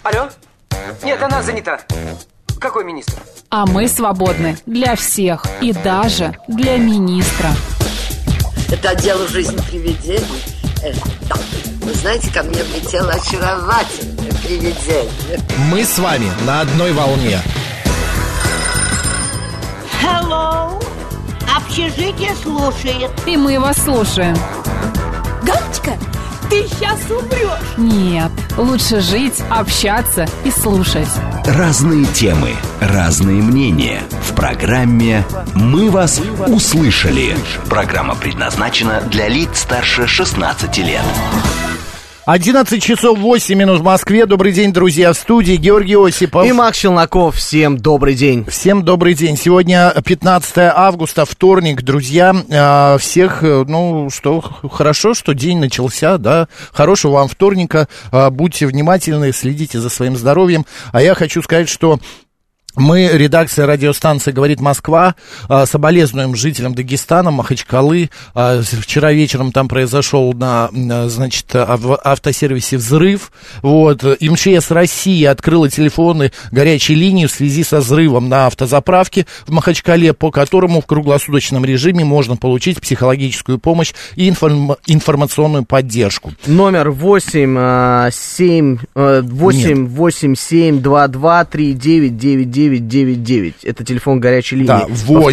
Алло? Нет, она занята. Какой министр? А мы свободны для всех и даже для министра. Это отдел «Жизнь привидений». Вы знаете, ко мне влетело очаровательное привидение. Мы с вами на одной волне. Hello! Общежитие слушает. И мы вас слушаем. Галочка, ты сейчас умрешь. Нет, лучше жить, общаться и слушать. Разные темы, разные мнения. В программе «Мы вас услышали». Программа предназначена для лиц старше 16 лет. 11 часов 8 минут в Москве. Добрый день, друзья, в студии Георгий Осипов и Макс Челноков. Всем добрый день. Всем добрый день. Сегодня 15 августа, вторник, друзья. Всех, что хорошо, что день начался, да. Хорошего вам вторника. Будьте внимательны, следите за своим здоровьем. А я хочу сказать, что мы, редакция радиостанции «Говорит Москва», соболезнуем жителям Дагестана, Махачкалы. Вчера вечером там произошел в автосервисе взрыв. Вот. МЧС России открыла телефоны горячей линии в связи со взрывом на автозаправке в Махачкале, по которому в круглосуточном режиме можно получить психологическую помощь и информационную поддержку. Номер 88722399999. Это телефон горячей линии. Да,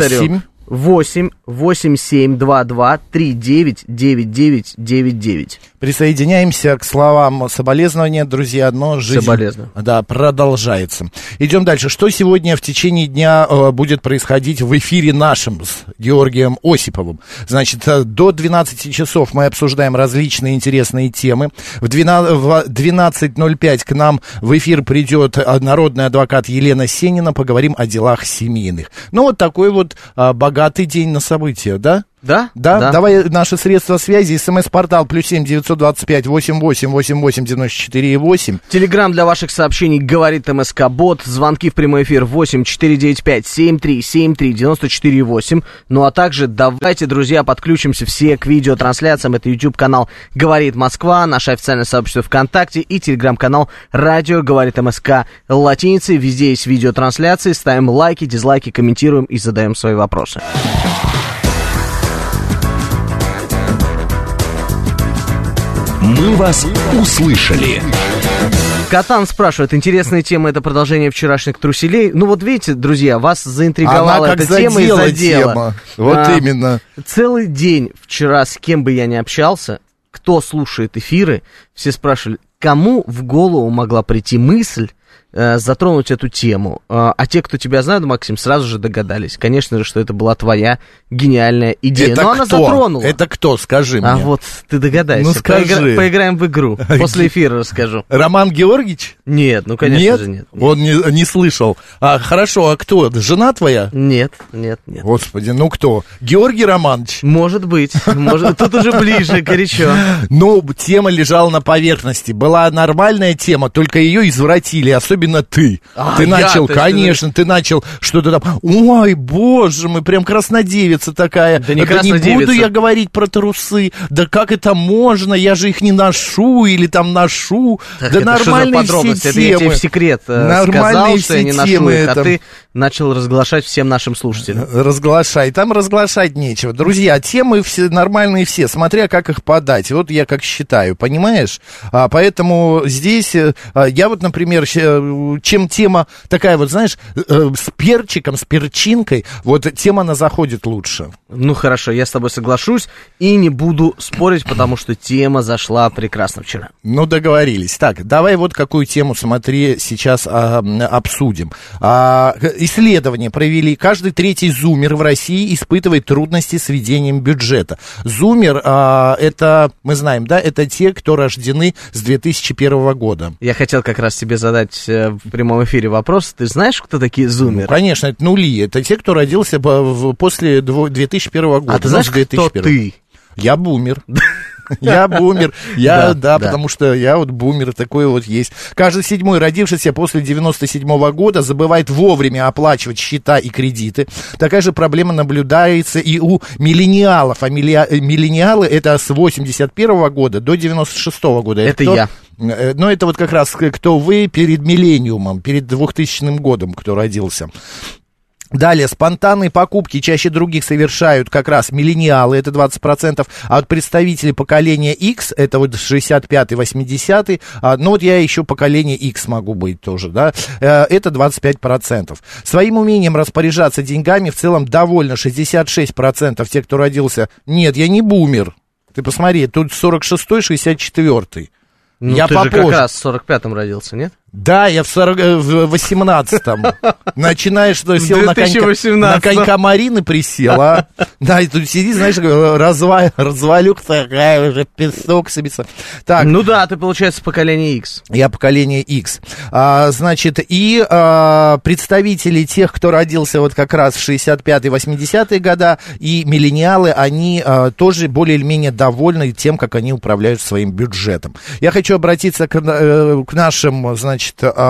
88722399999. Присоединяемся к словам соболезнования, друзья, но жизнь продолжается. Идем дальше. Что сегодня в течение дня будет происходить в эфире нашем с Георгием Осиповым? Значит, до 12 часов мы обсуждаем различные интересные темы. В 12:05 к нам в эфир придет народный адвокат Елена Сенина. Поговорим о делах семейных. Ну, вот такой вот богатый день на события, да? Да? Давай наши средства связи. СМС-портал +7 925 88 88 94 8. Телеграм для ваших сообщений «Говорит МСК-бот». Звонки в прямой эфир 8 495 73 73 94 8. Ну а также давайте, друзья, подключимся все к видеотрансляциям. Это YouTube-канал «Говорит Москва», наше официальное сообщество ВКонтакте и телеграм-канал «Радио Говорит МСК» латиницей. Везде есть видеотрансляции. Ставим лайки, дизлайки, комментируем и задаем свои вопросы. Мы вас услышали. Катан спрашивает, интересная тема, это продолжение вчерашних труселей. Ну вот видите, друзья, вас заинтриговала эта тема и задела. Вот именно. Целый день вчера, с кем бы я ни общался, кто слушает эфиры, все спрашивали, кому в голову могла прийти мысль затронуть эту тему. А те, кто тебя знают, Максим, сразу же догадались. Конечно же, что это была твоя гениальная идея. Это но кто? Она затронула. Это кто? Скажи мне. А вот ты догадайся. Ну скажи. Поиграем в игру. После эфира расскажу. Роман Георгиевич? Нет, ну конечно же нет. Он не слышал. Хорошо, а кто? Жена твоя? Нет. Господи, ну кто? Георгий Романович? Может быть. Тут уже ближе, горячо. Ну, тема лежала на поверхности. Была нормальная тема, только ее извратили, особенно ты. Ты начал, конечно, ты начал что-то там. Ой, боже мой, прям краснодевица такая. Да не не краснодевица. буду я говорить про трусы. Да как это можно? Я же их не ношу или там ношу. Так, да это нормальные что за подробности? все Это я темы. тебе в секрет сказал, что я не ношу их, а ты начал разглашать всем нашим слушателям. Разглашай. Там разглашать нечего. Друзья, темы все нормальные все, смотря как их подать. Вот я как считаю, понимаешь? Поэтому здесь я вот, например, чем тема такая вот, знаешь, с перчиком, с перчинкой, вот тема она заходит лучше. Ну хорошо, я с тобой соглашусь и не буду спорить, потому что тема зашла прекрасно вчера. Ну, договорились. Так, давай вот какую тему, смотри, сейчас обсудим. Исследование провели. Каждый третий зумер в России испытывает трудности с ведением бюджета. Зумер, это, мы знаем, да, это те, кто рождены с 2001 года. Я хотел как раз тебе задать в прямом эфире вопрос. Ты знаешь, кто такие зумеры? Ну, конечно, это нули. Это те, кто родился после 2001 года. А ты знаешь, кто ты? Я бумер. Я бумер, потому что я вот бумер, такой вот есть. Каждый седьмой, родившийся после 97-го года, забывает вовремя оплачивать счета и кредиты. Такая же проблема наблюдается и у миллениалов. А миллениалы это с 81-го года до 96-го года. Это я. Но это вот как раз кто вы перед миллениумом, перед 2000 годом, кто родился. Далее, спонтанные покупки чаще других совершают как раз миллениалы, это 20%, а вот представители поколения X, это вот 65-й, 80-й, ну вот я еще поколение X могу быть тоже, да, это 25%. Своим умением распоряжаться деньгами в целом довольны 66% тех, кто родился. Нет, я не бумер, ты посмотри, тут 46-й, 64-й. Ну, я ты попозже. же как раз в 45-м родился, нет? Да, я в 18-м. Начинаешь, что сел на конька Марины присел, а? Да, и тут сидишь, знаешь, развалюк такая, уже песок собится. Так. Ну да, ты, получается, поколение X. Я поколение X. Значит, и представители тех, кто родился вот как раз в 65-е, 80-е года, и миллениалы, они тоже более или менее довольны тем, как они управляют своим бюджетом. Я хочу обратиться к нашим, значит,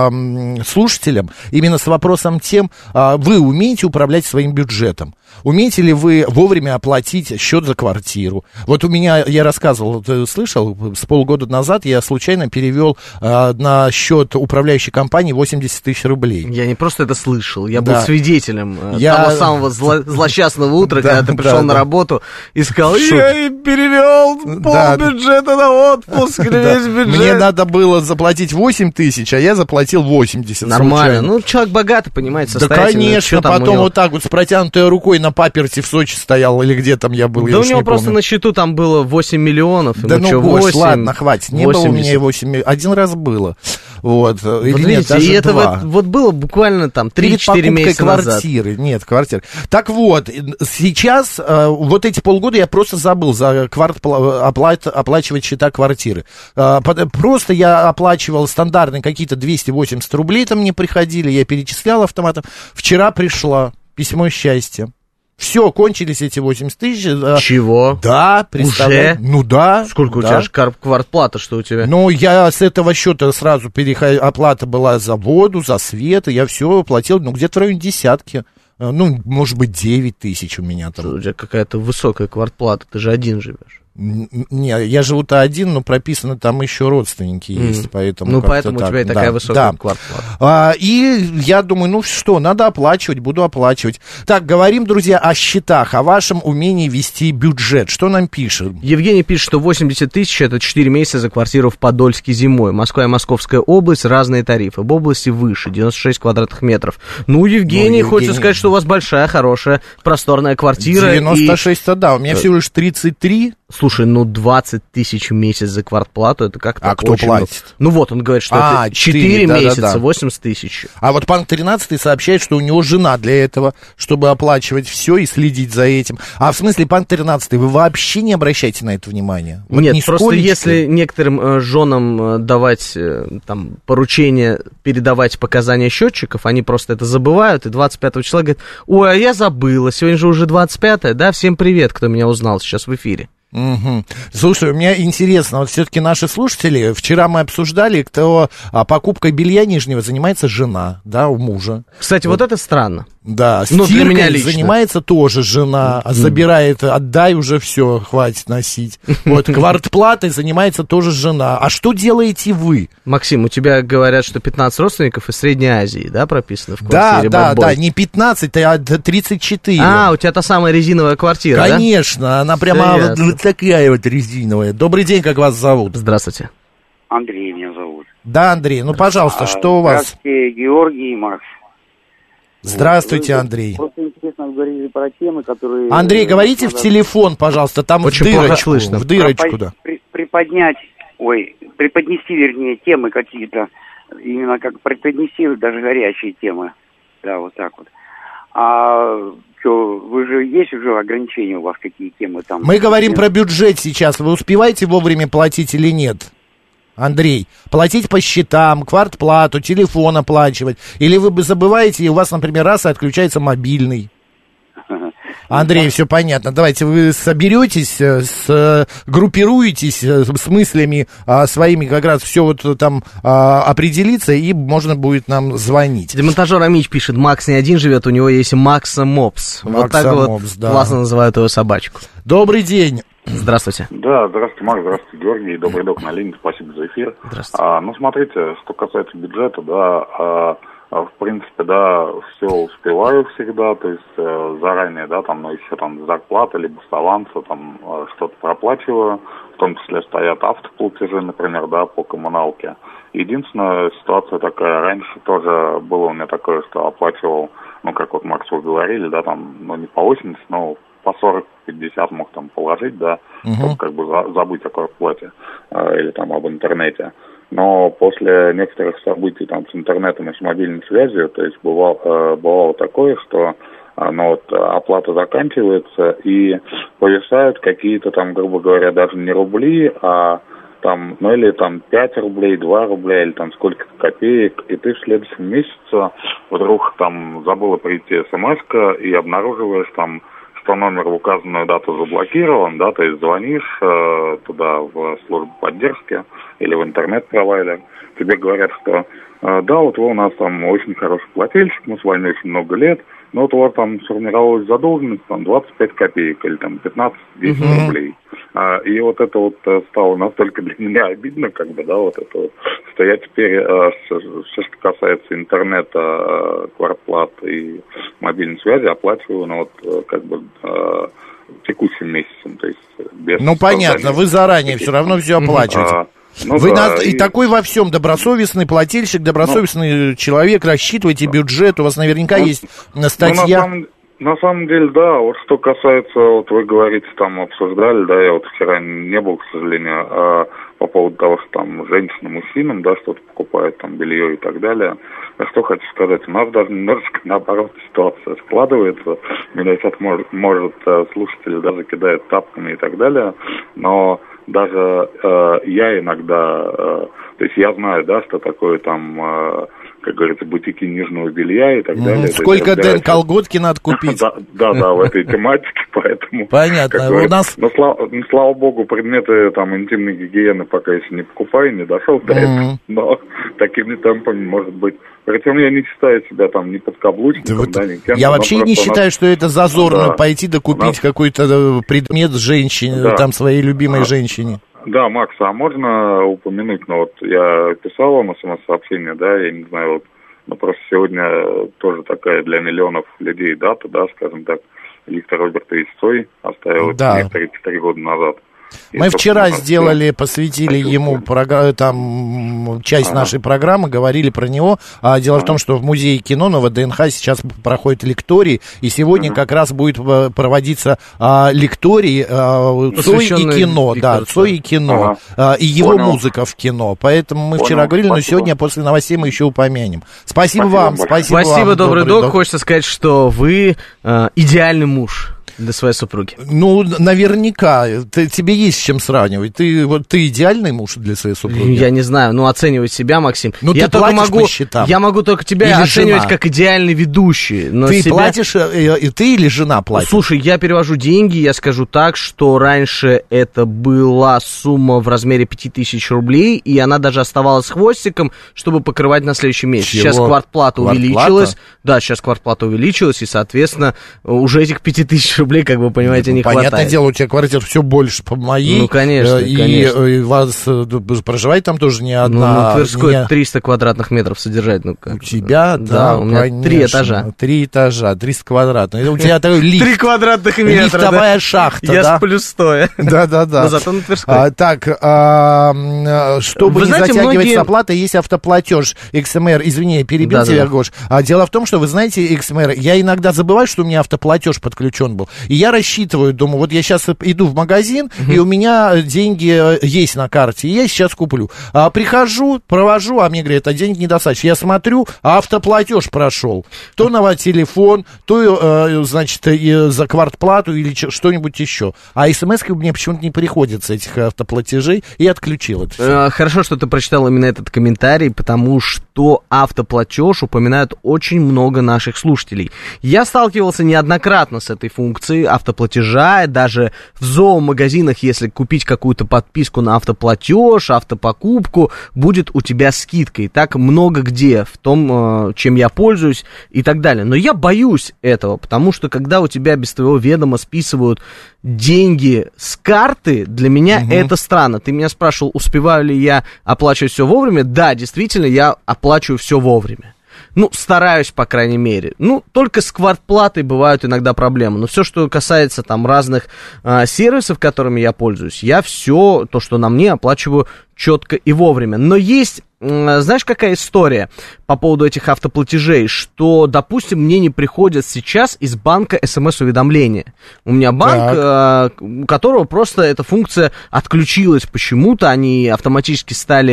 слушателям именно с вопросом тем, вы умеете управлять своим бюджетом? Умеете ли вы вовремя оплатить счет за квартиру? Вот у меня, я рассказывал, ты слышал, с полгода назад я случайно перевел на счет управляющей компании 80 тысяч рублей. Я не просто это слышал, я был свидетелем того самого злосчастного утра, когда ты пришел на работу и сказал, я перевел полбюджета на отпуск, весь бюджет. Мне надо было заплатить 8 тысяч, а я заплатил 80. Нормально, ну человек богатый, понимаете, состоятельный. Да, конечно, потом вот так вот с протянутой рукой на паперти в Сочи стоял, или где там я был, да, у него просто на счету там было 8 миллионов. Да ну, Гош, ладно, хватит, не 80. Было у меня и 8 миллионов, один раз было. Вот, или видите, нет, даже и это 2. Вот было буквально там 3-4 месяца квартиры. Назад. Нет, квартиры. Так вот, сейчас, вот эти полгода я просто забыл за оплачивать счета квартиры. Просто я оплачивал стандартные какие-то 280 рублей, там мне приходили, я перечислял автоматом. Вчера пришло письмо счастья. Все, кончились эти 80 тысяч. Чего? Да, представляешь? Ну да. Сколько да. у тебя же квартплата, что у тебя? Ну, я с этого счета сразу оплата была за воду, за свет, и я все платил, ну, где-то в районе десятки. Ну, может быть, 9 тысяч у меня там. Что, у тебя какая-то высокая квартплата, ты же один живешь. Не, я живу-то один, но прописано там еще родственники есть, поэтому... Ну, поэтому у тебя и такая высокая квартплата. И я думаю, ну что, надо оплачивать, буду оплачивать. Так, говорим, друзья, о счетах, о вашем умении вести бюджет. Что нам пишет? Евгений пишет, что 80 тысяч — это 4 месяца за квартиру в Подольске зимой. Москва и Московская область, разные тарифы. В области выше, 96 квадратных метров. Ну, Евгений, хочется сказать, что у вас большая, хорошая, просторная квартира. 96-то, да, у меня всего лишь 33. Слушай, ну 20 тысяч в месяц за квартплату, это как-то кто очень... платит? Ну вот, он говорит, что это 4 месяца, 80 тысяч. А вот пан 13 сообщает, что у него жена для этого, чтобы оплачивать все и следить за этим. А в смысле, пан 13, вы вообще не обращаете на это внимание? Вот нет, просто если некоторым женам давать там поручение передавать показания счетчиков, они просто это забывают, и 25 числа говорят, ой, а я забыла, сегодня же уже 25-е, да, всем привет, кто меня узнал сейчас в эфире. Угу. Слушай, у меня интересно, вот все-таки наши слушатели, вчера мы обсуждали, кто покупкой белья нижнего занимается жена, да, у мужа. Кстати, вот это странно. Да, стиркой занимается тоже жена, забирает, отдай уже все, хватит носить. Вот, квартплатой занимается тоже жена. А что делаете вы? Максим, у тебя говорят, что 15 родственников из Средней Азии, да, прописано в квартире? Да, не 15, а 34. А, у тебя та самая резиновая квартира, конечно, да? Она прямо вот такая вот резиновая. Добрый день, как вас зовут? Здравствуйте. Андрей меня зовут. Да, Андрей, ну, пожалуйста, что у вас? Здравствуйте, Георгий и Макс. Здравствуйте, Андрей. Просто интересно говорили про темы, которые... Андрей, говорите в телефон, пожалуйста, там очень в дырочку, да. Преподнести, вернее, темы какие-то, именно как преподнести даже горячие темы, да, вот так вот. А что, вы же, есть уже ограничения у вас, какие темы там? Мы говорим про бюджет сейчас, вы успеваете вовремя платить или нет? Андрей, платить по счетам, квартплату, телефон оплачивать. Или вы забываете, и у вас, например, раз и отключается мобильный. Андрей, все понятно. Давайте вы соберетесь, группируетесь с мыслями своими, как раз все вот там определиться, и можно будет нам звонить. Демонтажер Амич пишет, Макс не один живет, у него есть Макса Мопс. Вот так вот, да. Классно называют его собачку. Добрый день. Здравствуйте. Да, здравствуйте, Марк, здравствуйте, Георгий, добрый док на линии, спасибо за эфир. Здравствуйте. Смотрите, что касается бюджета, да, в принципе, да, все успеваю всегда, то есть заранее, да, там, еще там зарплата, либо с аванса, там, что-то проплачиваю, в том числе стоят автоплатежи, например, да, по коммуналке. Единственная ситуация такая, раньше тоже было у меня такое, что оплачивал, как вот Макс вы говорили, да, там, не по 80, но по 40-50 мог там положить, да, чтобы как бы забыть о квартплате или там об интернете. Но после некоторых событий там с интернетом и с мобильной связью, то есть бывало такое, что оплата заканчивается и повисают какие-то там, грубо говоря, даже не рубли, а там, или там 5 рублей, 2 рубля, или там сколько-то копеек, и ты в следующем месяце вдруг там забыла прийти смс-ка и обнаруживаешь там, что номер в указанную дату заблокирован, да, то есть звонишь туда в службу поддержки или в интернет-провайдер, тебе говорят, что да, вот вы у нас там очень хороший плательщик, мы с вами очень много лет, но вот у вас там сформировалась задолженность там 25 копеек или там 15-10 рублей. И вот это вот стало настолько для меня обидно, как бы, да, вот это вот, что я теперь, все, что касается интернета, квартплат и мобильной связи, оплачиваю, как бы, текущим месяцем, то есть без... понятно, вы заранее все равно все оплачиваете. И такой во всем добросовестный плательщик, добросовестный человек, рассчитываете бюджет, у вас наверняка есть статья... На самом деле, да, вот что касается, вот вы говорите, там обсуждали, да, я вот вчера не был, к сожалению, по поводу того, что там женщинам, мужчинам, да, что-то покупают, там, белье и так далее. Что хочу сказать, у нас даже немножечко наоборот ситуация складывается, меня сейчас может слушатели даже кидают тапками и так далее, но даже я иногда, то есть я знаю, да, что такое там... как говорится, бутики нижнего белья и так далее. Сколько Дэн колготки надо купить? Да, в этой тематике, поэтому... Понятно, у нас... Но, слава богу, предметы там интимной гигиены пока еще не покупаю, не дошел до этого, но такими темпами, может быть... Причем я не считаю себя там ни подкаблучником, да, ни кем-то. Я вообще не считаю, что это зазорно пойти докупить какой-то предмет женщине, там, своей любимой женщине. Да, Макс, а можно упомянуть, вот я писал вам смс-сообщение, да, я не знаю, просто сегодня тоже такая для миллионов людей дата, да, скажем так, Виктор Робертович Цой оставил это 34 года назад. Мы вчера посвятили ему там часть нашей программы, говорили про него. Дело в том, что в Музее кино на ВДНХ сейчас проходит лекторий, и сегодня как раз будет проводиться лекторий Цой и кино, Цой и кино, и его музыка в кино. Поэтому мы вчера говорили, но сегодня после новостей мы еще упомянем. Спасибо вам. Спасибо, добрый док. Хочется сказать, что вы идеальный муж для своей супруги. Наверняка. Тебе есть с чем сравнивать. Ты идеальный муж для своей супруги? Я не знаю, оценивать себя, Максим. Я ты платишь по счетам? Я могу только тебя оценивать как идеальный ведущий. Но ты платишь, и ты или жена платит? Слушай, я перевожу деньги, я скажу так, что раньше это была сумма в размере 5000 рублей, и она даже оставалась с хвостиком, чтобы покрывать на следующий месяц. Сейчас квартплата увеличилась. Да, сейчас квартплата увеличилась, и, соответственно, уже этих 5000 рублей, как вы понимаете, не хватает. Понятное дело, у тебя квартира все больше по моей. Конечно, и вас проживает там тоже не одна. Тверской 300 квадратных метров содержать. У тебя, да, у меня конечно. 3 этажа. 3 этажа, 300 квадратных. У тебя такой лифт. 3 квадратных метра. Лифтовая шахта, Я сплю стоя. Да. Но зато на Тверской. Так, чтобы не затягивать с оплатой, есть автоплатеж XMR. Извини, я перебил тебя, Гош. Дело в том, что, вы знаете, XMR, я иногда забываю, что у меня автоплатеж подключен был. И я рассчитываю, думаю, вот я сейчас иду в магазин, и у меня деньги есть на карте, и я сейчас куплю. Прихожу, провожу, а мне говорят, денег недостаточно. Я смотрю, автоплатеж прошел. То на телефон, то, значит, за квартплату или что-нибудь еще. А смс-ки мне почему-то не приходится этих автоплатежей, и отключил это все. Хорошо, что ты прочитал именно этот комментарий, потому что автоплатеж упоминают очень много наших слушателей. Я сталкивался неоднократно с этой функцией автоплатежа, даже в зоомагазинах, если купить какую-то подписку на автоплатеж, автопокупку, будет у тебя скидка. И так много где в том, чем я пользуюсь и так далее. Но я боюсь этого, потому что когда у тебя без твоего ведома списывают деньги с карты, для меня это странно. Ты меня спрашивал, успеваю ли я оплачивать все вовремя? Да, действительно, я оплачиваю все вовремя. Ну, стараюсь, по крайней мере. Ну, только с квартплатой бывают иногда проблемы. Но все, что касается там разных сервисов, которыми я пользуюсь, я все, то, что на мне, оплачиваю четко и вовремя. Но есть, знаешь, какая история по поводу этих автоплатежей, что, допустим, мне не приходят сейчас из банка СМС-уведомления. У меня банк, у которого просто эта функция отключилась почему-то, они автоматически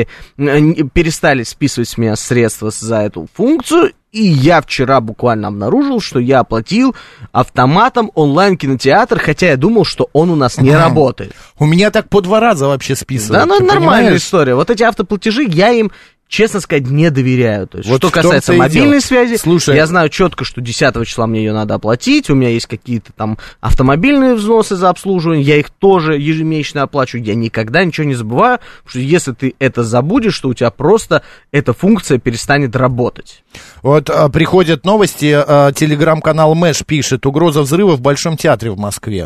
перестали списывать с меня средства за эту функцию, и я вчера буквально обнаружил, что я оплатил автоматом онлайн-кинотеатр, хотя я думал, что он у нас не работает. У меня так по 2 раза вообще списывают. Да, ну нормальная история. Вот эти автоплатежи, я им, честно сказать, не доверяю. То есть, вот что касается мобильной связи, слушай, я знаю четко, что 10 числа мне ее надо оплатить, у меня есть какие-то там автомобильные взносы за обслуживание, я их тоже ежемесячно оплачиваю, я никогда ничего не забываю, потому что если ты это забудешь, то у тебя просто эта функция перестанет работать. Вот приходят новости, телеграм-канал Мэш пишет: угроза взрыва в Большом театре в Москве.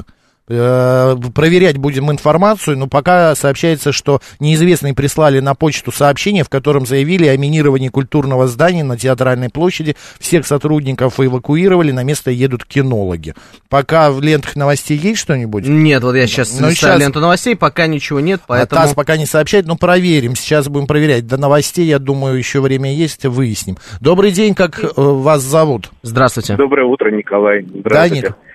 Проверять будем информацию, но пока сообщается, что неизвестные прислали на почту сообщение, в котором заявили о минировании культурного здания на Театральной площади. Всех сотрудников эвакуировали, на место едут кинологи. Пока в лентах новостей есть что-нибудь? Нет, вот я сейчас листаю ленту новостей, пока ничего нет, поэтому... ТАСС пока не сообщает, но проверим, сейчас будем проверять. До новостей, я думаю, еще время есть, выясним. Добрый день, как вас зовут? Здравствуйте. Доброе утро, Николай. Здравствуйте. Да,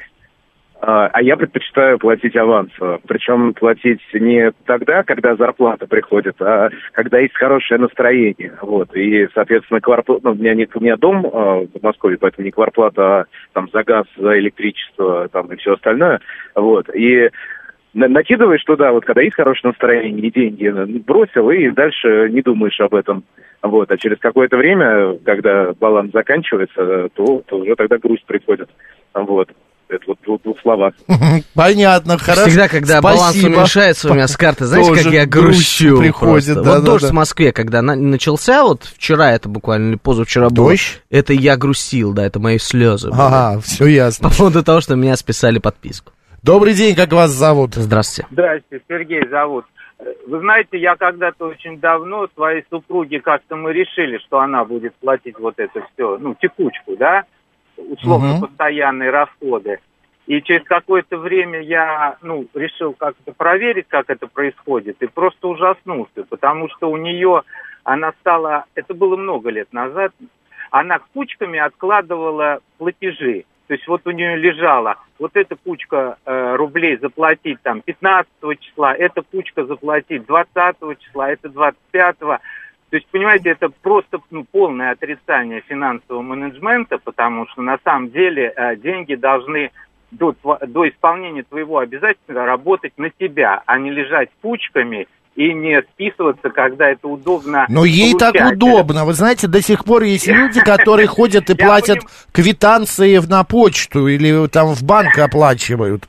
а я предпочитаю платить аванс. Причем платить не тогда, когда зарплата приходит, а когда есть хорошее настроение. Вот. И, соответственно, квартплата... Ну, у меня дом в Москве, поэтому не квартплата, а там за газ, за электричество там, и все остальное. Вот. И накидываешь туда, вот когда есть хорошее настроение, и деньги бросил, и дальше не думаешь об этом. Вот. А через какое-то время, когда баланс заканчивается, то уже тогда грусть приходит. Вот. Это вот в двух словах. Понятно, хорошо. Всегда, когда баланс уменьшается у меня с карты, знаете, как я грущу приходит. Да, вот дождь в Москве, когда начался, вот вчера это буквально, или позавчера было. Дождь? Это я грустил, да, это мои слезы. Ага, все ясно. По поводу того, что меня списали подписку. Добрый день, как вас зовут? Здравствуйте. Здравствуйте, Сергей зовут. Вы знаете, я когда-то очень давно своей супруге как-то мы решили, что она будет платить вот это все, ну, текучку, да, условно постоянные расходы. И через какое-то время я, решил как-то проверить, как это происходит, и просто ужаснулся, потому что у нее, она стала, это было много лет назад, она кучками откладывала платежи. То есть вот у нее лежала вот эта кучка рублей заплатить там 15 числа, эта кучка заплатить 20 числа, это 25-го. То есть, понимаете, это просто полное отрицание финансового менеджмента, потому что на самом деле деньги должны до исполнения твоего обязательства работать на тебя, а не лежать кучками и не списываться, когда это удобно. Но ей так удобно. Вы знаете, до сих пор есть люди, которые ходят и платят квитанции на почту или там в банк оплачивают.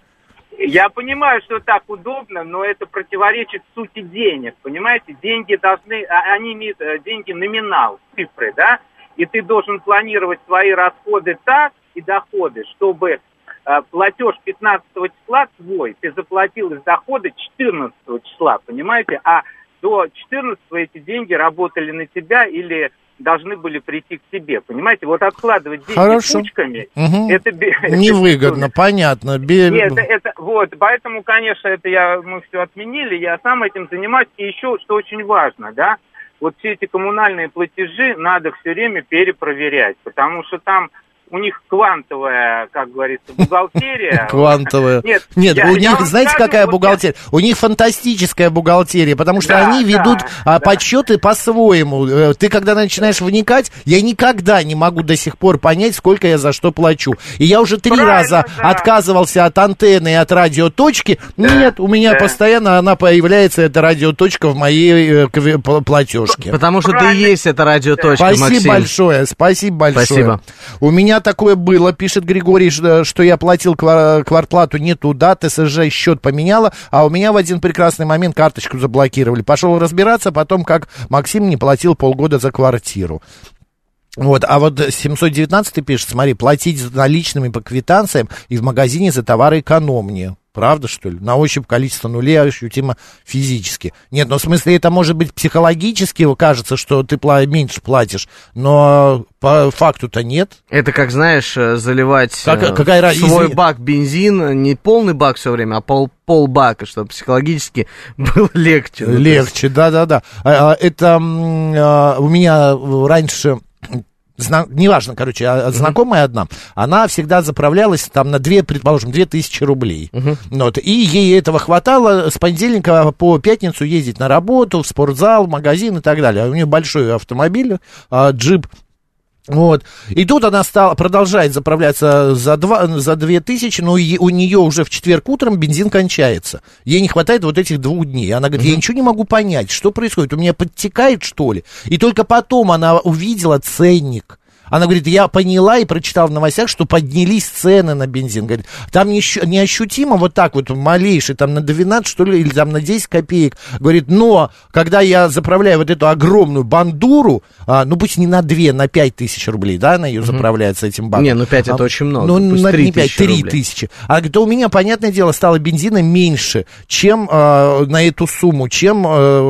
Я понимаю, что так удобно, но это противоречит сути денег, понимаете? Деньги должны, они имеют деньги номинал, цифры, да? И ты должен планировать свои расходы так и доходы, чтобы платеж 15 числа твой, ты заплатил из дохода 14 числа, понимаете? А до 14 эти деньги работали на тебя или должны были прийти к тебе, понимаете? Вот откладывать деньги кучками, это невыгодно, понятно. Нет, вот, поэтому, конечно, мы все отменили, я сам этим занимаюсь. И еще, что очень важно, да, вот все эти коммунальные платежи надо все время перепроверять, потому что там у них квантовая, как говорится, бухгалтерия. Квантовая. Нет, у них, знаете, какая бухгалтерия? У них фантастическая бухгалтерия, потому что они ведут подсчеты по-своему. Ты, когда начинаешь вникать, я никогда не могу до сих пор понять, сколько я за что плачу. И я уже 3 раза отказывался от антенны и от радиоточки. Нет, у меня постоянно она появляется, эта радиоточка в моей платежке. Потому что ты и есть эта радиоточка, Максим. Спасибо большое. Спасибо. У меня такое было, пишет Григорий, что я платил квартплату не туда, ТСЖ счет поменяла, а у меня в один прекрасный момент карточку заблокировали. Пошел разбираться, потом как Максим не платил полгода за квартиру. Вот, а вот 719 пишет, смотри, платить наличными по квитанциям и в магазине за товары экономнее. Правда, что ли? На ощупь количество нулей ощутимо физически. Нет, ну в смысле это может быть психологически, кажется, что ты меньше платишь, но по факту-то нет. Это как, знаешь, заливать свой бак бензин, не полный бак все время, а полбака, чтобы психологически было легче. Легче, да-да-да. Это у меня раньше... Неважно, короче, знакомая одна, она всегда заправлялась там на 2000 рублей. Вот, и ей этого хватало с понедельника по пятницу ездить на работу, в спортзал, в магазин и так далее. У нее большой автомобиль, джип. Вот. И тут она продолжает заправляться за 2000, но у нее уже в четверг утром бензин кончается. Ей не хватает вот этих 2 дней. Она говорит, я ничего не могу понять, что происходит, у меня подтекает, что ли? И только потом она увидела ценник. Она говорит, я поняла и прочитала в новостях, что поднялись цены на бензин. Говорит, там неощутимо вот так вот малейший, там на 12, что ли, или там на 10 копеек. Говорит, но когда я заправляю вот эту огромную бандуру, ну пусть не на 2, на 5 тысяч рублей, да, она ее заправляет с этим баком. Не, ну 5 это очень много. Ну, не 5, 3 тысячи. Она говорит, у меня, понятное дело, стало бензина меньше, чем на эту сумму, чем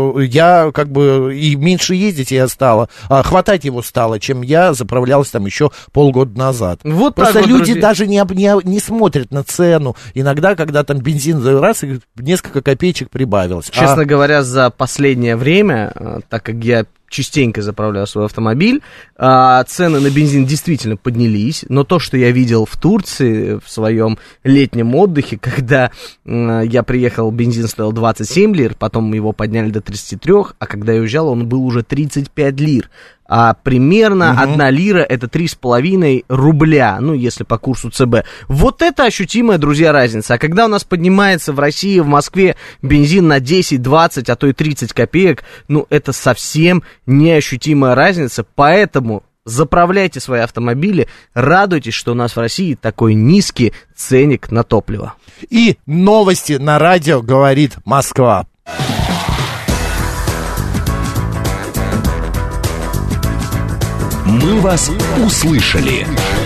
я как бы и меньше ездить я стала, хватать его стало, чем я заправлял там еще полгода назад. Вот просто вот, люди друзья, даже не смотрят на цену. Иногда, когда там бензин раз и несколько копеечек прибавилось. Честно говоря, за последнее время, так как я частенько заправляю свой автомобиль, цены на бензин действительно поднялись, но то, что я видел в Турции в своем летнем отдыхе, когда я приехал, бензин стоил 27 лир, потом его подняли до 33, а когда я уезжал, он был уже 35 лир. А примерно 1 лира это 3,5 рубля, ну, если по курсу ЦБ. Вот это ощутимая, друзья, разница. А когда у нас поднимается в России, в Москве бензин на 10, 20, а то и 30 копеек, ну, это совсем неощутимая разница. Поэтому заправляйте свои автомобили, радуйтесь, что у нас в России такой низкий ценник на топливо. И новости на радио «Говорит Москва». Мы вас услышали.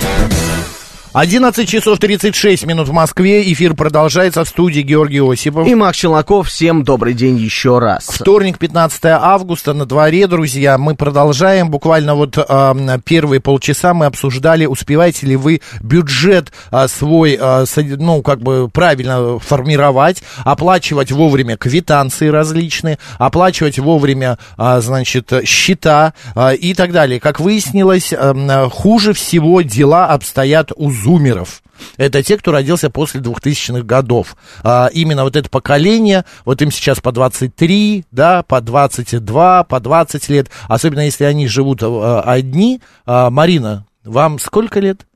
11 часов 36 минут в Москве. Эфир продолжается, в студии Георгий Осипов. И Макс Челноков. Всем добрый день еще раз. Вторник, 15 августа, на дворе, друзья. Мы продолжаем. Буквально вот первые полчаса мы обсуждали, успеваете ли вы бюджет свой, ну, как бы правильно формировать, оплачивать вовремя квитанции различные, оплачивать вовремя, значит, счета и так далее. Как выяснилось, хуже всего дела обстоят у зумеров. Это те, кто родился после 2000-х годов. Именно вот это поколение, вот им сейчас по 23, да, по 22, по 20 лет. Особенно если они живут одни. Марина, вам сколько лет?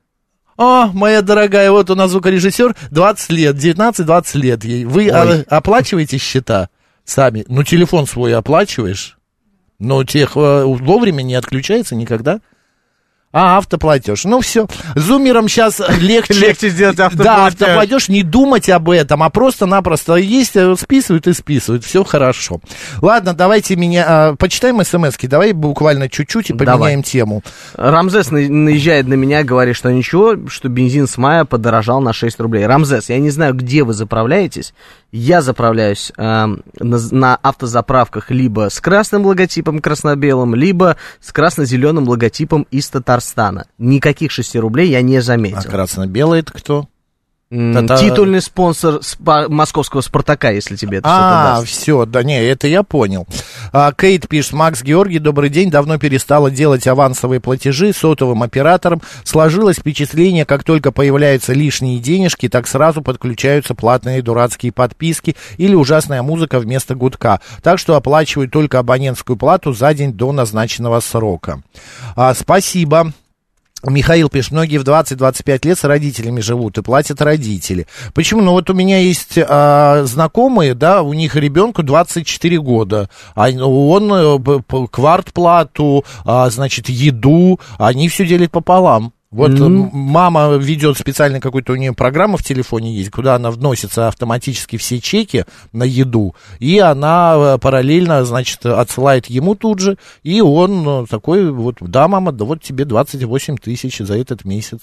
Моя дорогая, вот у нас звукорежиссер, 20 лет, 19-20 лет ей. Вы оплачиваете счета сами? Ну, телефон свой оплачиваешь? Но тех вовремя не отключается никогда? Автоплатеж. Ну, все. Зумерам сейчас легче сделать автоплатеж. Да, автоплатеж, не думать об этом, а просто-напросто есть, списывают и списывают. Все хорошо. Ладно, давайте почитаем смс-ки. Давай буквально чуть-чуть и поменяем тему. Рамзес наезжает на меня, говорит, что ничего, что бензин с мая подорожал на 6 рублей. Рамзес, я не знаю, где вы заправляетесь. Я заправляюсь на автозаправках либо с красным логотипом красно-белым, либо с красно-зеленым логотипом из Татарстана. Никаких 6 рублей я не заметил. А красно-белый это кто? Титульный спонсор московского «Спартака», если тебе это что-то даст. Все, да не, это я понял. Кейт пишет: Макс, Георгий, добрый день. Давно перестала делать авансовые платежи сотовым операторам. Сложилось впечатление, как только появляются лишние денежки, так сразу подключаются платные дурацкие подписки или ужасная музыка вместо гудка. Так что оплачиваю только абонентскую плату за день до назначенного срока. Спасибо. Михаил пишет: многие в 20-25 лет с родителями живут и платят родители. Почему? Ну вот у меня есть знакомые, да, у них ребенку 24 года, а он квартплату, значит, еду, они все делят пополам. Вот мама ведет специально какую-то у нее программу в телефоне есть, куда она вносится автоматически все чеки на еду, и она параллельно, значит, отсылает ему тут же, и он такой вот, да, мама, да вот тебе 28 тысяч за этот месяц.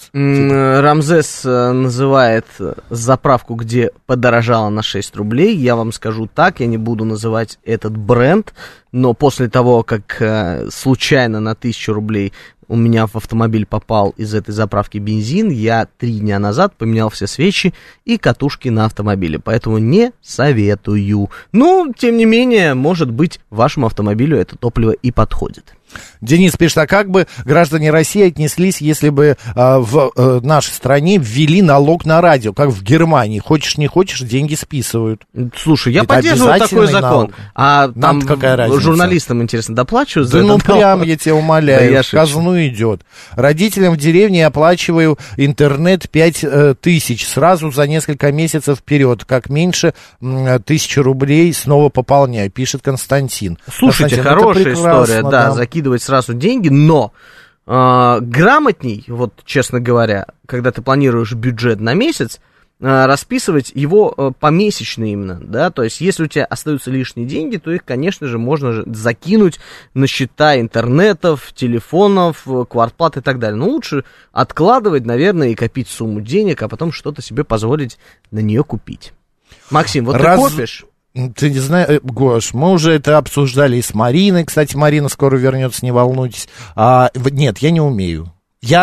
Рамзес называет заправку, где подорожало на 6 рублей. Я вам скажу так, я не буду называть этот бренд, но после того, как случайно на 1000 рублей у меня в автомобиль попал из этой заправки бензин, я 3 дня назад поменял все свечи и катушки на автомобиле, поэтому не советую. Но, тем не менее, может быть, вашему автомобилю это топливо и подходит. Денис пишет, а как бы граждане России отнеслись, если бы в нашей стране ввели налог на радио, как в Германии? Хочешь, не хочешь, деньги списывают. Слушай, я поддерживаю такой закон. Налог. А там какая разница? Журналистам, интересно, доплачивают за это? Ну, прям, я тебя умоляю, в казну идет. Родителям в деревне я оплачиваю интернет 5000 сразу за несколько месяцев вперед. Как меньше 1000 рублей снова пополняю, пишет Константин. Слушайте, хорошая история, да, закидывать сразу деньги, но грамотней, вот честно говоря, когда ты планируешь бюджет на месяц, расписывать его помесячно именно, да, то есть если у тебя остаются лишние деньги, то их, конечно же, можно закинуть на счета интернетов, телефонов, квартплат и так далее. Но лучше откладывать, наверное, и копить сумму денег, а потом что-то себе позволить на нее купить. Максим, вот ты копишь? Ты не знаешь, Гош, мы уже это обсуждали и с Мариной. Кстати, Марина скоро вернется, не волнуйтесь. Нет, я не умею.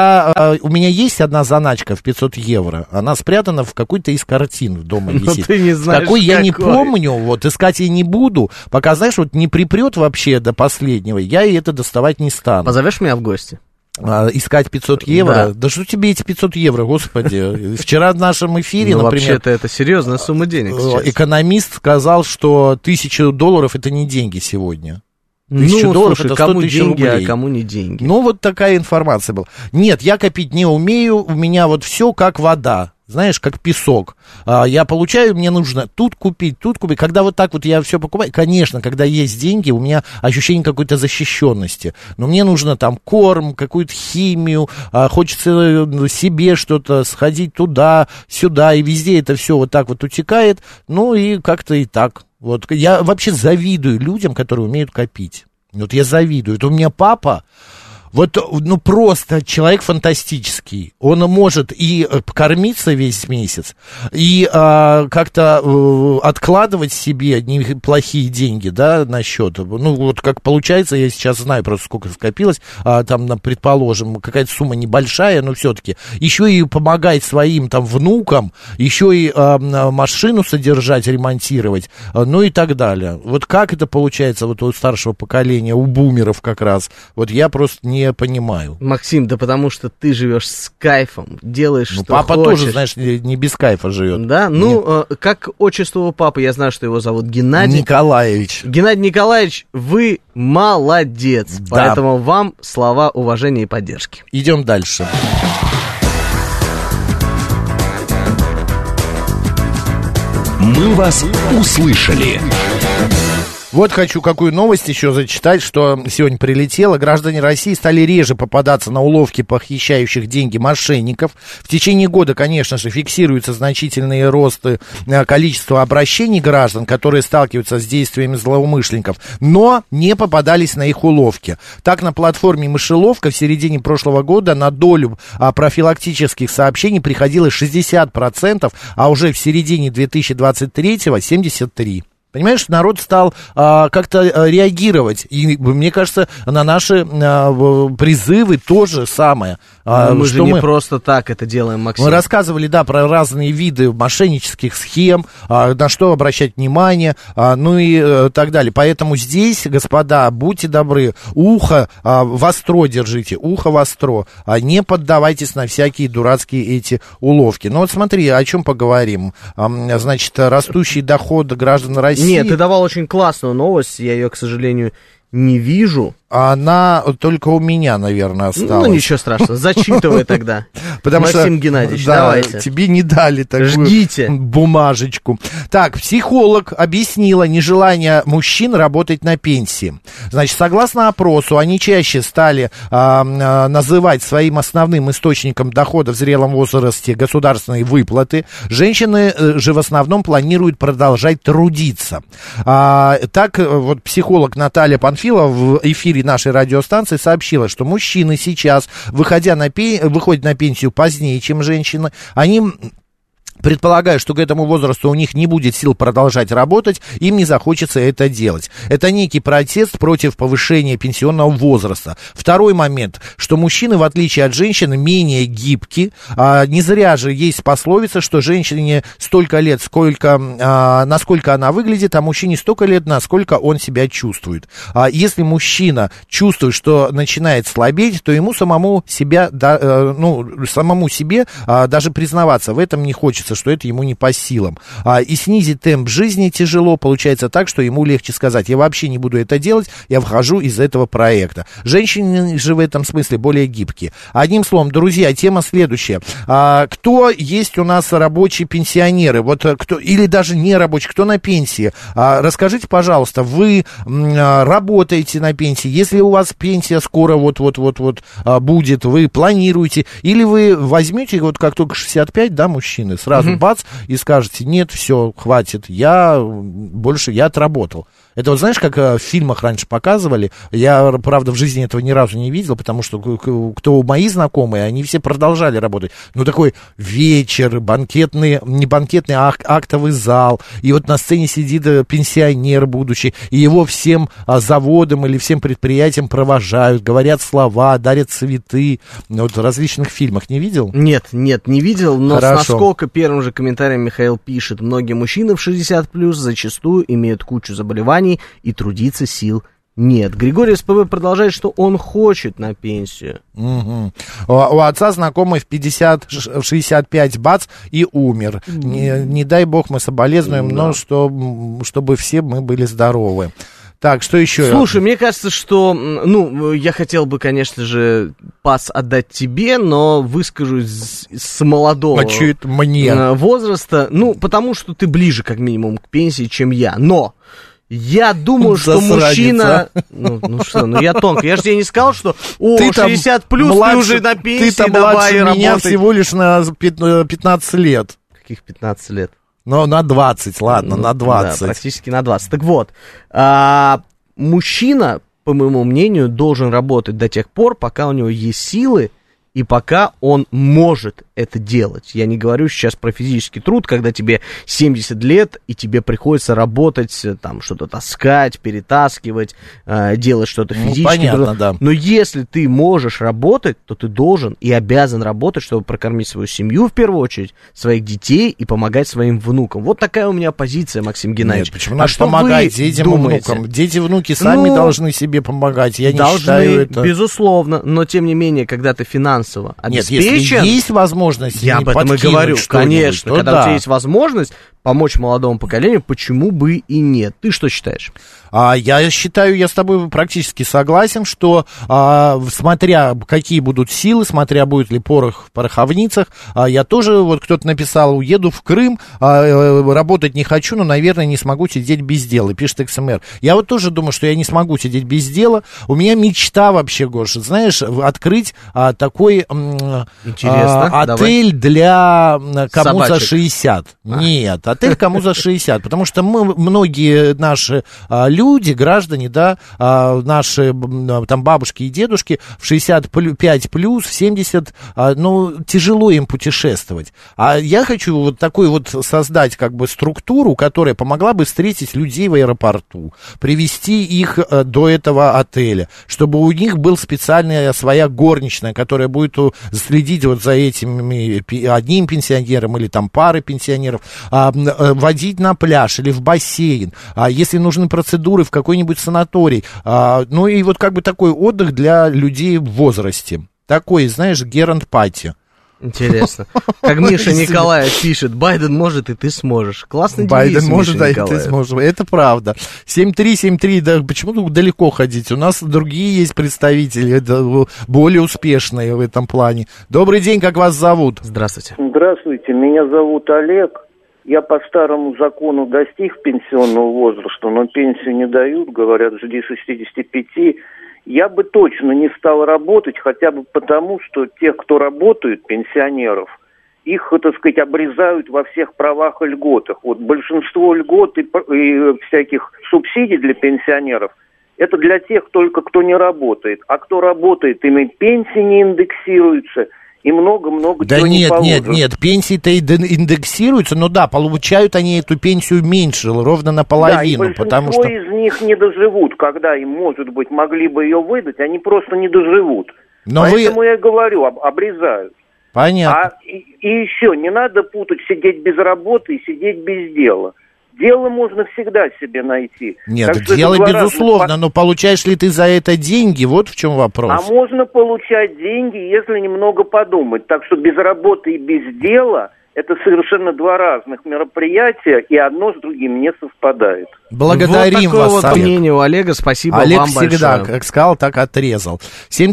У меня есть одна заначка в 500 евро. Она спрятана в какой-то из картин дома висит. Ты не знаешь, какой я не помню, вот искать я не буду. Пока, знаешь, вот не припрет вообще до последнего, я и это доставать не стану. Позовешь меня в гости? Искать 500 евро? Да что тебе эти 500 евро, господи? Вчера в нашем эфире, например... вообще-то это серьезная сумма денег сейчас. Экономист сказал, что $1000 это не деньги сегодня. $1000 слушай, это 100 кому тысяч деньги, рублей. А кому не деньги. Ну, вот такая информация была. Нет, я копить не умею, у меня вот все как вода. Знаешь, как песок. Я получаю, мне нужно тут купить. Когда вот так вот я все покупаю, конечно, когда есть деньги, у меня ощущение какой-то защищенности. Но мне нужно там корм, какую-то химию, хочется себе что-то, сходить туда, сюда, и везде это все вот так вот утекает. Ну и как-то и так. Вот я вообще завидую людям, которые умеют копить. Вот я завидую. Это у меня папа. Вот, ну, просто человек фантастический. Он может и кормиться весь месяц, и как-то откладывать себе неплохие деньги, да, на счет. Ну, вот как получается, я сейчас знаю просто, сколько скопилось, там, предположим, какая-то сумма небольшая, но все-таки. Еще и помогать своим там внукам, еще и машину содержать, ремонтировать, ну и так далее. Вот как это получается вот у старшего поколения, у бумеров как раз, вот я просто не понимаю. Максим, да потому что ты живешь с кайфом, делаешь, что папа хочешь. Тоже, знаешь, не без кайфа живет. Да, ну, как отчество у папы, я знаю, что его зовут Геннадий Николаевич. Геннадий Николаевич, вы молодец, да. Поэтому вам слова уважения и поддержки. Идем дальше. Мы вас услышали. Вот хочу какую новость еще зачитать, что сегодня прилетело. Граждане России стали реже попадаться на уловки похищающих деньги мошенников. В течение года, конечно же, фиксируются значительные росты количества обращений граждан, которые сталкиваются с действиями злоумышленников, но не попадались на их уловки. Так, на платформе «Мышеловка» в середине прошлого года на долю профилактических сообщений приходилось 60%, а уже в середине 2023-го 73%. Понимаешь, народ стал как-то реагировать, и мне кажется, на наши призывы тоже самое. Мы же не просто так это делаем, Максим. Мы рассказывали, да, про разные виды мошеннических схем, на что обращать внимание, ну и так далее. Поэтому здесь, господа, будьте добры, ухо востро держите, ухо востро, не поддавайтесь на всякие дурацкие эти уловки. Ну вот смотри, о чем поговорим. Значит, растущий доход граждан России. Нет, ты давал очень классную новость, я ее, к сожалению, не вижу. Она только у меня, наверное, осталась. Ну, ничего страшного, зачитывай тогда. Потому Максим что, Геннадьевич, да, давайте. Тебе не дали такую Ждите. бумажечку. Так, психолог объяснила нежелание мужчин работать на пенсии. Значит, согласно опросу, они чаще стали называть своим основным источником дохода в зрелом возрасте государственные выплаты. Женщины же в основном планируют продолжать трудиться. Так, вот психолог Наталья Панфилова в эфире нашей радиостанции сообщила, что мужчины сейчас, выходят на пенсию позднее, чем женщины, они... Предполагаю, что к этому возрасту у них не будет сил продолжать работать, им не захочется это делать. Это некий протест против повышения пенсионного возраста. Второй момент, что мужчины, в отличие от женщин, менее гибки. Не зря же есть пословица, что женщине столько лет, насколько она выглядит, а мужчине столько лет, насколько он себя чувствует. Если мужчина чувствует, что начинает слабеть, то ему самому себе даже признаваться в этом не хочется, что это ему не по силам. И снизить темп жизни тяжело. Получается так, что ему легче сказать: я вообще не буду это делать, я вхожу из этого проекта. Женщины же в этом смысле более гибкие. Одним словом, друзья, тема следующая. Кто есть у нас рабочие пенсионеры? Вот кто, или даже не рабочие, кто на пенсии? Расскажите, пожалуйста, вы работаете на пенсии? Если у вас пенсия скоро вот-вот будет, вы планируете? Или вы возьмете, вот как только 65, да, мужчины, сразу бац, и скажете: нет, все, хватит, я отработал. Это вот знаешь, как в фильмах раньше показывали, я, правда, в жизни этого ни разу не видел, потому что кто мои знакомые, они все продолжали работать. Ну, такой вечер, не банкетный, а актовый зал, и вот на сцене сидит пенсионер будущий, и его всем заводам или всем предприятиям провожают, говорят слова, дарят цветы. Вот в различных фильмах не видел? Нет, не видел, но Хорошо. с насколько первым же комментарием Михаил пишет: многие мужчины в 60+ зачастую имеют кучу заболеваний, и трудиться сил нет. Григорий СПВ продолжает, что он хочет на пенсию. Угу. У отца знакомый в 65 бац и умер. Не дай бог, мы соболезнуем, но чтобы все мы были здоровы. Так, что еще? Слушай, мне кажется, что, я хотел бы, конечно же, пас отдать тебе, но выскажусь с молодого возраста, потому что ты ближе, как минимум, к пенсии, чем я. Но я думаю, что мужчина... я тонко. Я же тебе не сказал, что 60+, ты уже на пенсии, давай работай. Меня всего лишь на 15 лет. Каких 15 лет? Ну, на 20, ладно, на 20. Да, практически на 20. Так вот, мужчина, по моему мнению, должен работать до тех пор, пока у него есть силы и пока он может это делать. Я не говорю сейчас про физический труд, когда тебе 70 лет, и тебе приходится работать, там, что-то таскать, перетаскивать, делать что-то физически. Понятно, да. Но если ты можешь работать, то ты должен и обязан работать, чтобы прокормить свою семью, в первую очередь, своих детей и помогать своим внукам. Вот такая у меня позиция, Максим Геннадьевич. Нет, почему надо помогать детям и внукам? Дети, внуки сами должны себе помогать, я не считаю это. Безусловно, но тем не менее, когда ты финансово обеспечен... Нет, если есть возможность, я об этом и говорю, конечно, когда у тебя есть возможность помочь молодому поколению, почему бы и нет? Ты что считаешь? Я считаю, я с тобой практически согласен, что смотря какие будут силы, смотря будет ли порох в пороховницах, я тоже, вот кто-то написал: уеду в Крым, работать не хочу, но, наверное, не смогу сидеть без дела, пишет XMR. Я вот тоже думаю, что я не смогу сидеть без дела. У меня мечта вообще, Гоша, знаешь, открыть такой отель для кому за 60. Нет, отель кому за 60, потому что многие наши люди, граждане, да, наши там бабушки и дедушки в 65 плюс, в 70, тяжело им путешествовать. А я хочу вот такой вот создать как бы структуру, которая помогла бы встретить людей в аэропорту, привести их до этого отеля, чтобы у них был специальная своя горничная, которая будет следить вот за этими одним пенсионером или там парой пенсионеров, водить на пляж или в бассейн, если нужны процедуры в какой-нибудь санаторий, и вот как бы такой отдых для людей в возрасте, такой, знаешь, герант-пати. Интересно. Как Миша Николаев пишет, Байден может, и ты сможешь. Классный девиз, Байден может, Миша да, и Николаев. ты сможешь. Это правда. 7-3, да почему тут далеко ходить? У нас другие есть представители, более успешные в этом плане. Добрый день, как вас зовут? Здравствуйте. Здравствуйте, меня зовут Олег. Я по старому закону достиг пенсионного возраста, но пенсию не дают, говорят, жди 65. Я бы точно не стал работать, хотя бы потому, что тех, кто работают, пенсионеров, их, так сказать, обрезают во всех правах и льготах. Вот большинство льгот и всяких субсидий для пенсионеров – это для тех только, кто не работает. А кто работает, им и пенсии не индексируются, и много-много чего не положено. Нет, пенсии-то индексируются, но да, получают они эту пенсию меньше, ровно наполовину, да, и потому что... из них не доживут, когда им, может быть, могли бы ее выдать, они просто не доживут. Но поэтому я говорю, обрезают. Понятно. И еще, не надо путать сидеть без работы и сидеть без дела. Дело можно всегда себе найти. Нет, дело безусловно, но получаешь ли ты за это деньги? Вот в чем вопрос. А можно получать деньги, если немного подумать. Так что без работы и без дела – это совершенно два разных мероприятия, и одно с другим не совпадает. Благодарим вот вас, такое вот Олег. мнение у Олега, спасибо Олег вам всегда, большое. как сказал, так отрезал.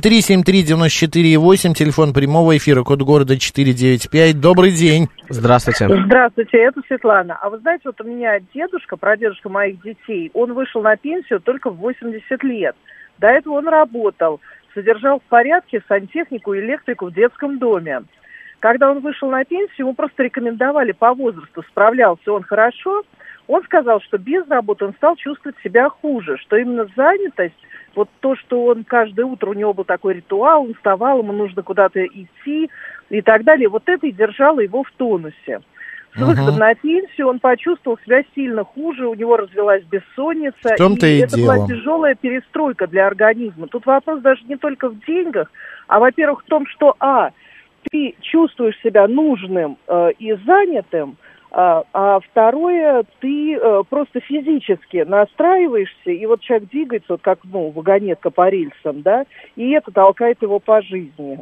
7373948, телефон прямого эфира, код города 495. Добрый день. Здравствуйте. Здравствуйте, это Светлана. А вы знаете, вот у меня дедушка, прадедушка моих детей, он вышел на пенсию только в 80 лет. До этого он работал, содержал в порядке сантехнику и электрику в детском доме. Когда он вышел на пенсию, ему просто рекомендовали по возрасту, справлялся он хорошо. Он сказал, что без работы он стал чувствовать себя хуже, что именно занятость, вот то, что он каждое утро, у него был такой ритуал, он вставал, ему нужно куда-то идти и так далее, вот это и держало его в тонусе. С выходом на пенсию он почувствовал себя сильно хуже, у него развилась бессонница, и это была тяжелая перестройка для организма. Тут вопрос даже не только в деньгах, а, во-первых, в том, что, ты чувствуешь себя нужным и занятым, а второе, ты просто физически настраиваешься, и вот человек двигается, вот как, вагонетка по рельсам, да, и это толкает его по жизни.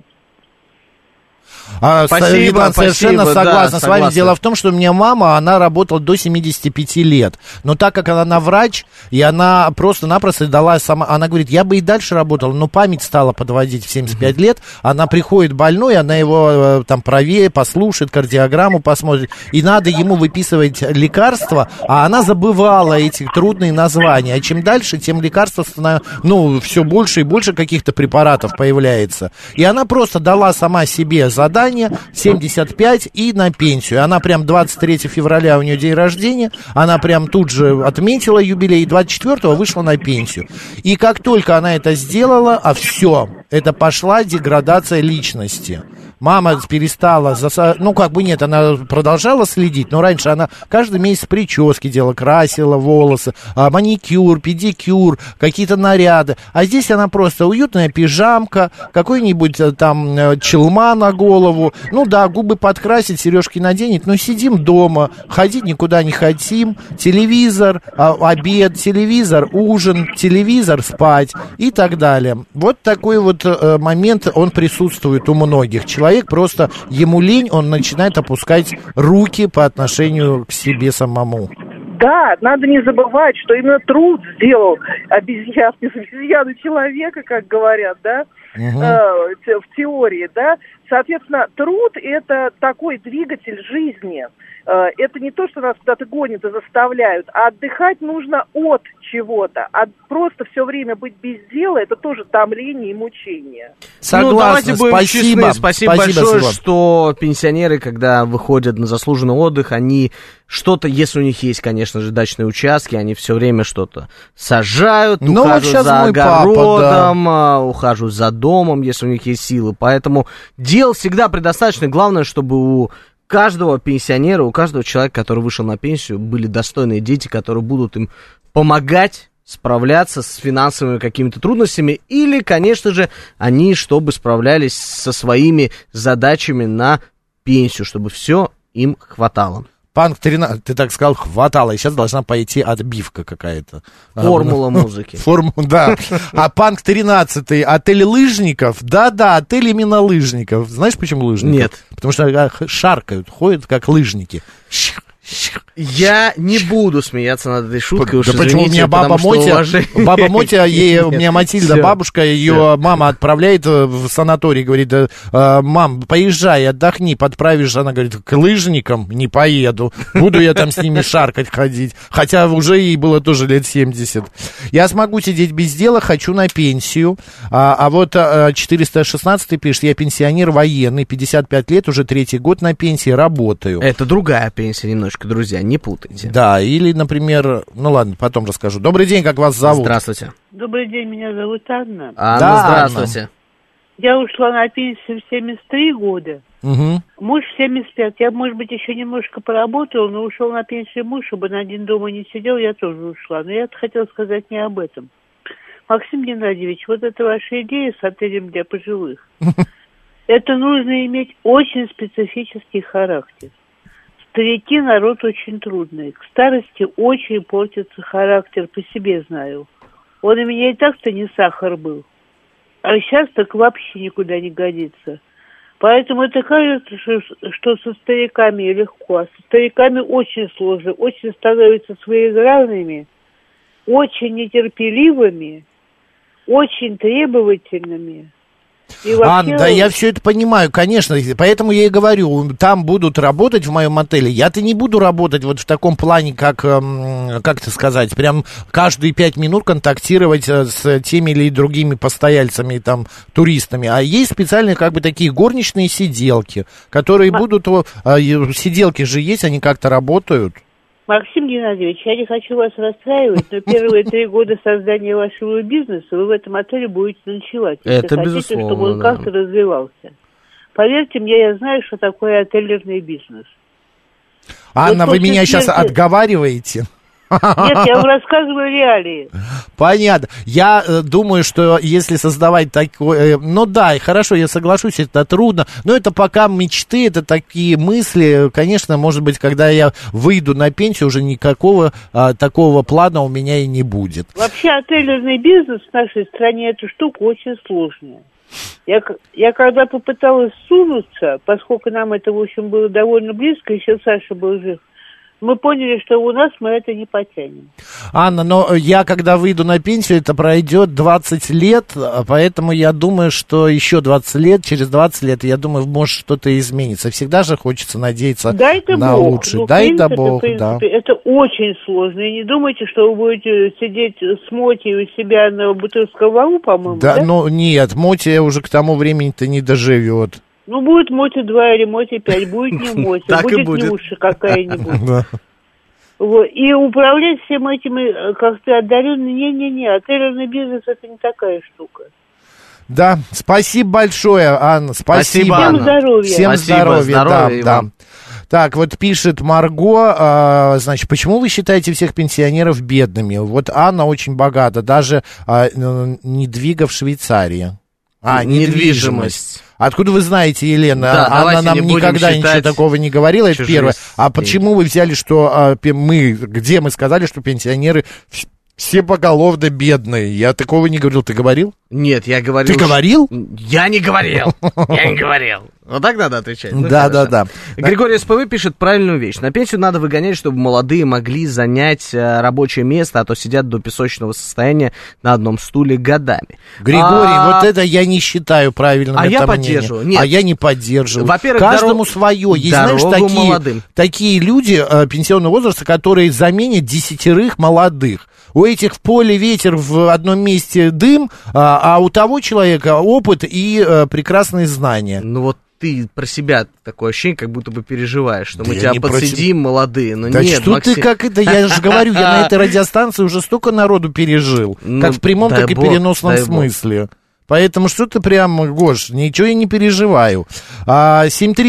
Спасибо, совершенно согласна с вами. Дело в том, что у меня мама, она работала до 75 лет. Но так как она врач, и она просто-напросто дала сама... Она говорит, я бы и дальше работала, но память стала подводить в 75 лет. Она приходит больной, она его там проверит, послушает, кардиограмму посмотрит. И надо ему выписывать лекарства, а она забывала эти трудные названия. А чем дальше, тем лекарства становятся... все больше и больше каких-то препаратов появляется. И она просто дала сама себе задание 75 и на пенсию. Она прям 23 февраля у нее день рождения, она прям тут же отметила юбилей, 24-го вышла на пенсию. И как только она это сделала, все, это пошла деградация личности. Мама перестала, она продолжала следить, но раньше она каждый месяц прически делала, красила волосы, маникюр, педикюр, какие-то наряды. А здесь она просто уютная пижамка, какой-нибудь там челма на голову, губы подкрасить, сережки наденет, но сидим дома, ходить никуда не хотим, телевизор, обед, телевизор, ужин, телевизор, спать и так далее. Вот такой вот момент, он присутствует у многих. Человек просто, ему лень, он начинает опускать руки по отношению к себе самому. Да, надо не забывать, что именно труд сделал обезьяну человека, как говорят, да, в теории, да. Соответственно, труд – это такой двигатель жизни. Это не то, что нас куда-то гонят и заставляют, а отдыхать нужно от чего-то. А просто все время быть без дела – это тоже томление и мучение. Давайте будем честны. Спасибо большое, что пенсионеры, когда выходят на заслуженный отдых, они что-то, если у них есть, конечно же, дачные участки, они все время что-то сажают, ухаживают за огородом, ухаживают за домом, если у них есть силы. Поэтому дел всегда предостаточно. Главное, чтобы у каждого пенсионера, у каждого человека, который вышел на пенсию, были достойные дети, которые будут им помогать справляться с финансовыми какими-то трудностями, или, конечно же, они, чтобы справлялись со своими задачами на пенсию, чтобы все им хватало. Панк 13, ты так сказал, хватало, и сейчас должна пойти отбивка какая-то. Формула музыки. Да. А Панк 13, отель лыжников, да-да, отель именно лыжников. Знаешь, почему лыжников? Нет. Потому что шаркают, ходят как лыжники. Я не буду смеяться над этой шуткой, уж да извините, почему у меня баба Мотя, у меня Матильда, бабушка, ее мама отправляет в санаторий, говорит, мам, поезжай, отдохни, подправишь, она говорит, к лыжникам не поеду, буду я там с ними шаркать ходить, хотя уже ей было тоже лет 70. Я смогу сидеть без дела, хочу на пенсию, а вот 416 пишет, я пенсионер военный, 55 лет, уже 3-й год на пенсии, работаю. Это другая пенсия немножко, друзья, не путайте. Да, или, например, ну ладно, потом расскажу. Добрый день, как вас зовут? Здравствуйте. Добрый день, меня зовут Анна. Анна, да, здравствуйте. Анна. Я ушла на пенсию в 73 года. Угу. Муж в 75. Я, может быть, еще немножко поработала, но ушел на пенсию муж, чтобы на один дома не сидел, я тоже ушла. Но я хотела сказать не об этом. Максим Геннадьевич, вот эта ваша идея с отелем для пожилых, это нужно иметь очень специфический характер. Старики народ очень трудный. К старости очень портится характер, по себе знаю. Он у меня и так-то не сахар был. А сейчас так вообще никуда не годится. Поэтому это кажется, что со стариками легко, а со стариками очень сложно. Очень становятся своеобразными, очень нетерпеливыми, очень требовательными. Анна, да я все это понимаю, конечно, поэтому я и говорю, там будут работать в моем отеле, я-то не буду работать вот в таком плане, как это сказать, прям каждые 5 минут контактировать с теми или другими постояльцами, там, туристами, а есть специальные, как бы, такие горничные сиделки, которые будут, сиделки же есть, они как-то работают. Максим Геннадьевич, я не хочу вас расстраивать, но первые 3 года создания вашего бизнеса вы в этом отеле будете ночевать. Это если хотите, безусловно, чтобы он как-то развивался. Поверьте мне, я знаю, что такое отельный бизнес. Анна, вот вы меня сейчас отговариваете? Нет, я вам рассказываю реалии. Понятно. Я думаю, что если создавать такое... Ну да, хорошо, я соглашусь, это трудно, но это пока мечты, это такие мысли. Конечно, может быть, когда я выйду на пенсию, уже никакого такого плана у меня и не будет. Вообще, отельный бизнес в нашей стране, эта штука очень сложная. Я когда попыталась сунуться, поскольку нам это, в общем, было довольно близко, еще Саша был жив, мы поняли, что у нас мы это не потянем. Анна, но я, когда выйду на пенсию, это пройдет 20 лет, поэтому я думаю, что еще 20 лет, через 20 лет, я думаю, может что-то изменится. Всегда же хочется надеяться на лучшее. Ну, Дай-то Бог, да. Это очень сложно. И не думайте, что вы будете сидеть с Мотей у себя на Бутырском валу, по-моему, да? Ну, нет, Мотя уже к тому времени-то не доживет. Ну, будет Моти 2 или Моти 5, будет не Моти, будет Нюша какая-нибудь. Вот. И управлять всем этим как-то отдаленно, не-не-не, отельный бизнес это не такая штука. Да, спасибо большое, Анна, спасибо. Всем здоровья. Всем здоровья, да. Так, вот пишет Марго, значит, почему вы считаете всех пенсионеров бедными? Вот Анна очень богата, даже недвига в Швейцарии. Недвижимость. Откуда вы знаете, Елена? Да, Анна нам никогда ничего такого не говорила, это первое. А почему вы взяли, что где мы сказали, что пенсионеры все поголовно бедные? Я такого не говорил. Ты говорил? Нет, я говорил... Ты говорил? Я не говорил. Я не говорил. Вот так надо отвечать. Да. Григорий СПВ пишет правильную вещь. На пенсию надо выгонять, чтобы молодые могли занять рабочее место, а то сидят до песочного состояния на одном стуле годами. Григорий, вот это я не считаю правильным. А я поддерживаю. Нет. А я не поддерживаю. Во-первых, каждому свое. Есть, знаешь, такие люди пенсионного возраста, которые заменят 10 молодых. У этих в поле ветер, в одном месте дым, а у того человека опыт и прекрасные знания. Ну вот ты про себя такое ощущение, как будто бы переживаешь, что мы тебя подсидим, молодые. Но да нет, что Максим... ты как это, я же говорю, я на этой радиостанции уже столько народу пережил, как в прямом, так и переносном смысле. Поэтому что ты прям, Гош, ничего я не переживаю. 7373948,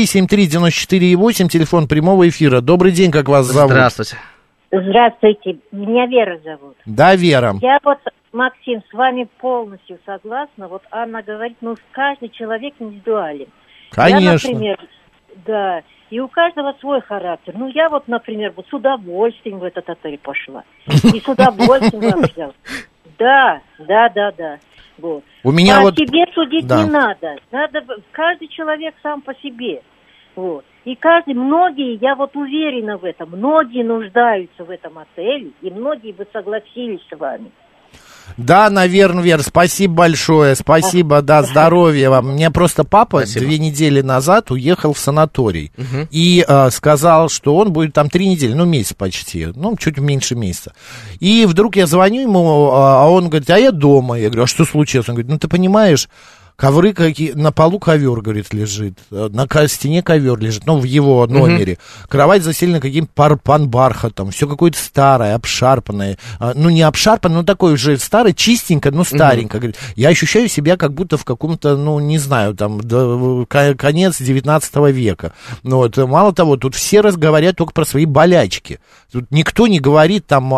телефон прямого эфира. Добрый день, как вас зовут? Здравствуйте. Здравствуйте, меня Вера зовут. Да, Вера. Я вот, Максим, с вами полностью согласна. Вот Анна говорит, каждый человек индивидуален. Конечно. Да, и у каждого свой характер. Ну, я вот, например, вот с удовольствием в этот отель пошла. И с удовольствием общалась. Да. Вот. У меня вот... себе судить не надо. Каждый человек сам по себе. Вот. И многие, я вот уверена в этом, многие нуждаются в этом отеле, и многие бы согласились с вами. Да, наверное, Вер, спасибо большое, спасибо, да, здоровья вам. Мне просто папа 2 недели назад уехал в санаторий и сказал, что он будет там 3 недели, месяц почти, чуть меньше месяца. И вдруг я звоню ему, а он говорит, а я дома. Я говорю, а что случилось? Он говорит, ты понимаешь, ковры на полу ковер, говорит, лежит, на стене ковер лежит, в его номере. Кровать застелена каким-то панбархатом, все какое-то старое, обшарпанное. Не обшарпанное, но такое уже старое, чистенько, но старенько. Говорит, я ощущаю себя как будто в каком-то, не знаю, там, конец 19 века. Вот. Мало того, тут все говорят только про свои болячки. Тут никто не говорит там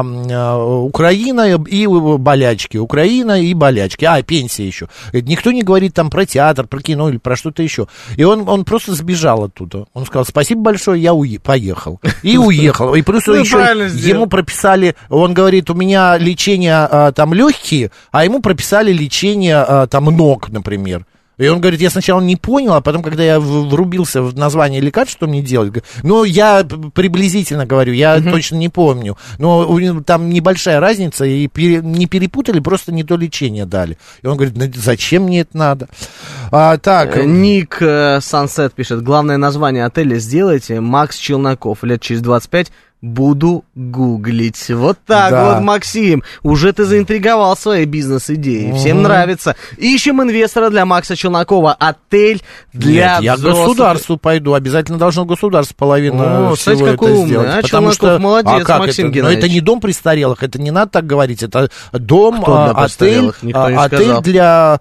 Украина и болячки, Украина и болячки, пенсия еще. Никто не говорит там про театр, про кино или про что-то еще. И он просто сбежал оттуда. Он сказал, спасибо большое, я поехал. И уехал. И плюс еще ему прописали, он говорит, у меня лечение там легкие, а ему прописали лечение там ног, например. И он говорит, я сначала не понял, а потом, когда я врубился в название лекарств, что мне делать, я приблизительно говорю, я точно не помню, но там небольшая разница, и не перепутали, просто не то лечение дали. И он говорит, зачем мне это надо? Ник Сансет пишет, главное название отеля сделайте, Макс Челноков, лет через 25, буду гуглить. Вот так вот, Максим. Уже ты заинтриговал своей бизнес-идеей. Всем нравится. Ищем инвестора для Макса Челнокова. Отель для Нет, я к государству пойду. Обязательно должно государство половину всего это сделать. Челноков молодец, Максим Геннадьевич. Но это не дом престарелых, это не надо так говорить. Это дом, отель для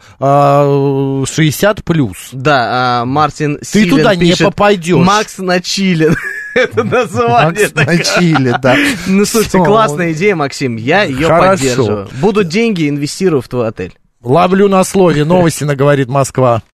60+. Да, Мартин Силен ты туда пишет, не попадешь. Макс на Чиле. Это название на Чили, да. Слушайте, классная идея, Максим, я ее поддерживаю. Будут деньги, инвестирую в твой отель. Ловлю на слове, новости говорит Москва.